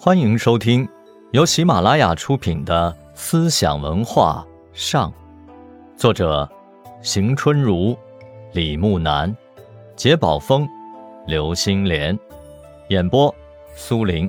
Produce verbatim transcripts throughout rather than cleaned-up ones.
欢迎收听由喜马拉雅出品的《思想文化上》，作者邢春如、李木南、杰宝峰、刘星莲，演播苏林。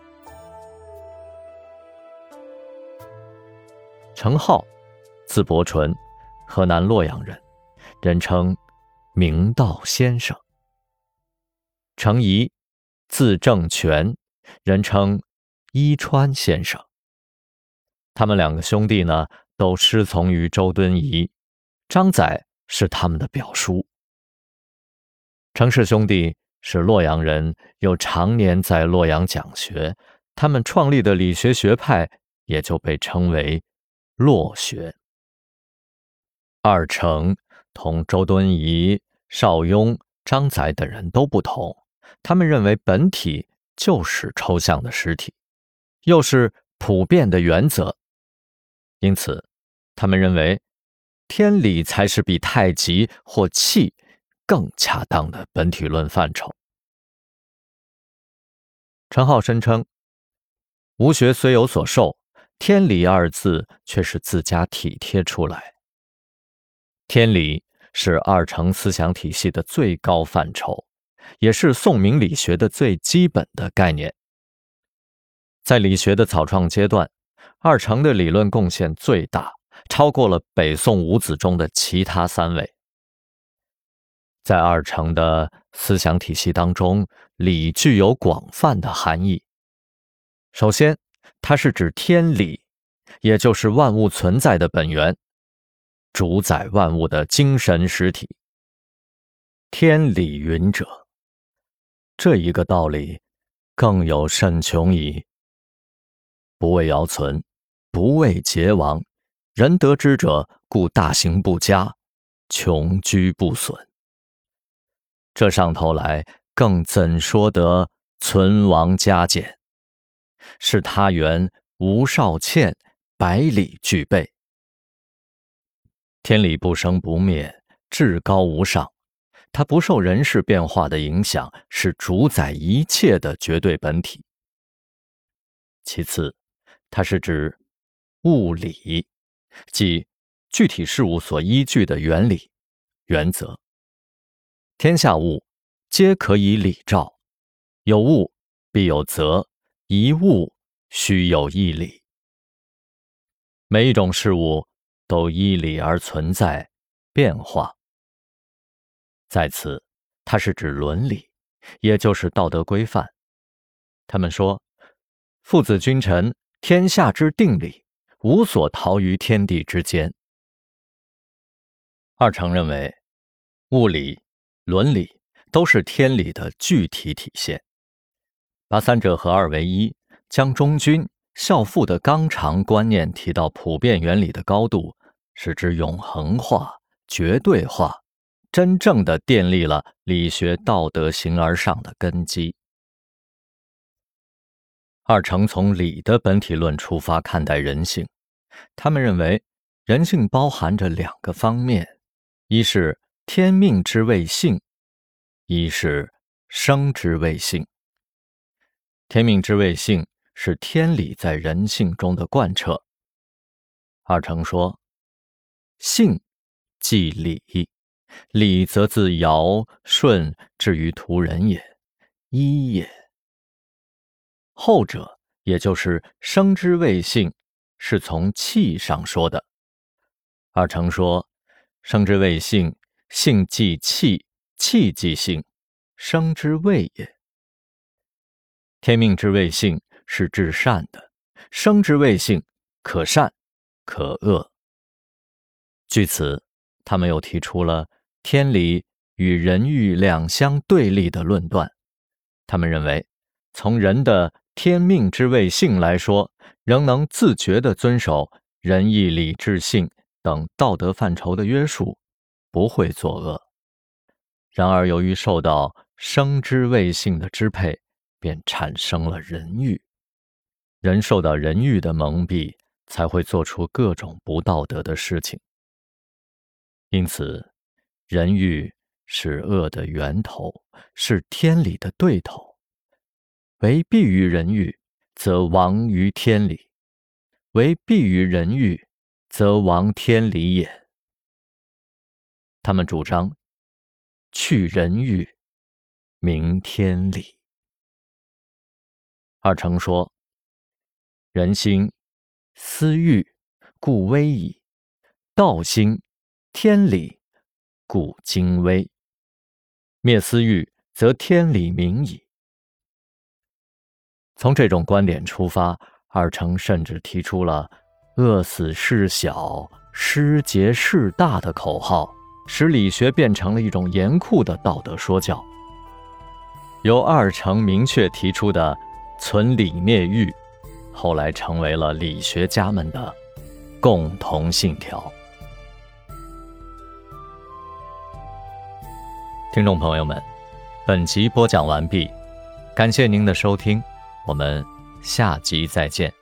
程颢，字伯纯，河南洛阳人，人称明道先生。程颐，字正全，人称伊川先生。他们两个兄弟呢，都师从于周敦颐，张载是他们的表叔。程氏兄弟是洛阳人，又常年在洛阳讲学，他们创立的理学学派也就被称为洛学。二程同周敦颐、邵雍、张载等人都不同，他们认为本体就是抽象的实体，又是普遍的原则，因此他们认为天理才是比太极或气更恰当的本体论范畴。程颢声称，吾学虽有所受，天理二字却是自家体贴出来。天理是二程思想体系的最高范畴，也是宋明理学的最基本的概念。在理学的草创阶段，二程的理论贡献最大，超过了北宋五子中的其他三位。在二程的思想体系当中，理具有广泛的含义。首先，它是指天理，也就是万物存在的本源，主宰万物的精神实体。天理云者，这一个道理更有甚穷矣。不为尧存，不为桀亡，人得之者，故大行不嘉，穷居不损。这上头来，更怎说得存亡加减？是他原吴少倩百里俱备。天理不生不灭，至高无上，它不受人事变化的影响，是主宰一切的绝对本体。其次，它是指物理，即具体事物所依据的原理、原则。天下物皆可以理照，有物必有则，一物须有一理。每一种事物都依理而存在、变化。在此，它是指伦理，也就是道德规范。他们说，父子君臣，天下之定理，无所逃于天地之间。二程认为，物理、伦理都是天理的具体体现，把三者合二为一，将忠君孝父的纲常观念提到普遍原理的高度，使之永恒化、绝对化，真正的奠立了理学道德形而上的根基。二程从理的本体论出发看待人性，他们认为人性包含着两个方面，一是天命之谓性，一是生之谓性。天命之谓性是天理在人性中的贯彻。二程说，性即理，理则自尧舜至于图人也，一也。后者也就是生之谓性，是从气上说的。二程说，生之谓性，性即气，气即性，生之谓也。天命之谓性是至善的，生之谓性可善可恶。据此，他们又提出了天理与人欲两相对立的论断。他们认为，从人的天命之谓性来说，仍能自觉地遵守仁义礼智信等道德范畴的约束，不会作恶。然而由于受到生之谓性的支配，便产生了人欲。人受到人欲的蒙蔽，才会做出各种不道德的事情。因此，人欲是恶的源头，是天理的对头。为避于人欲， 则亡于天理；为必于人欲，则亡天理也。他们主张去人欲，明天理。二程说，人心思欲，故微矣；道心天理，故精微。灭思欲，则天理明矣。从这种观点出发，二程甚至提出了饿死事小，失节事大的口号，使理学变成了一种严酷的道德说教。由二程明确提出的存理灭欲，后来成为了理学家们的共同信条。听众朋友们，本集播讲完毕，感谢您的收听，我们下集再见。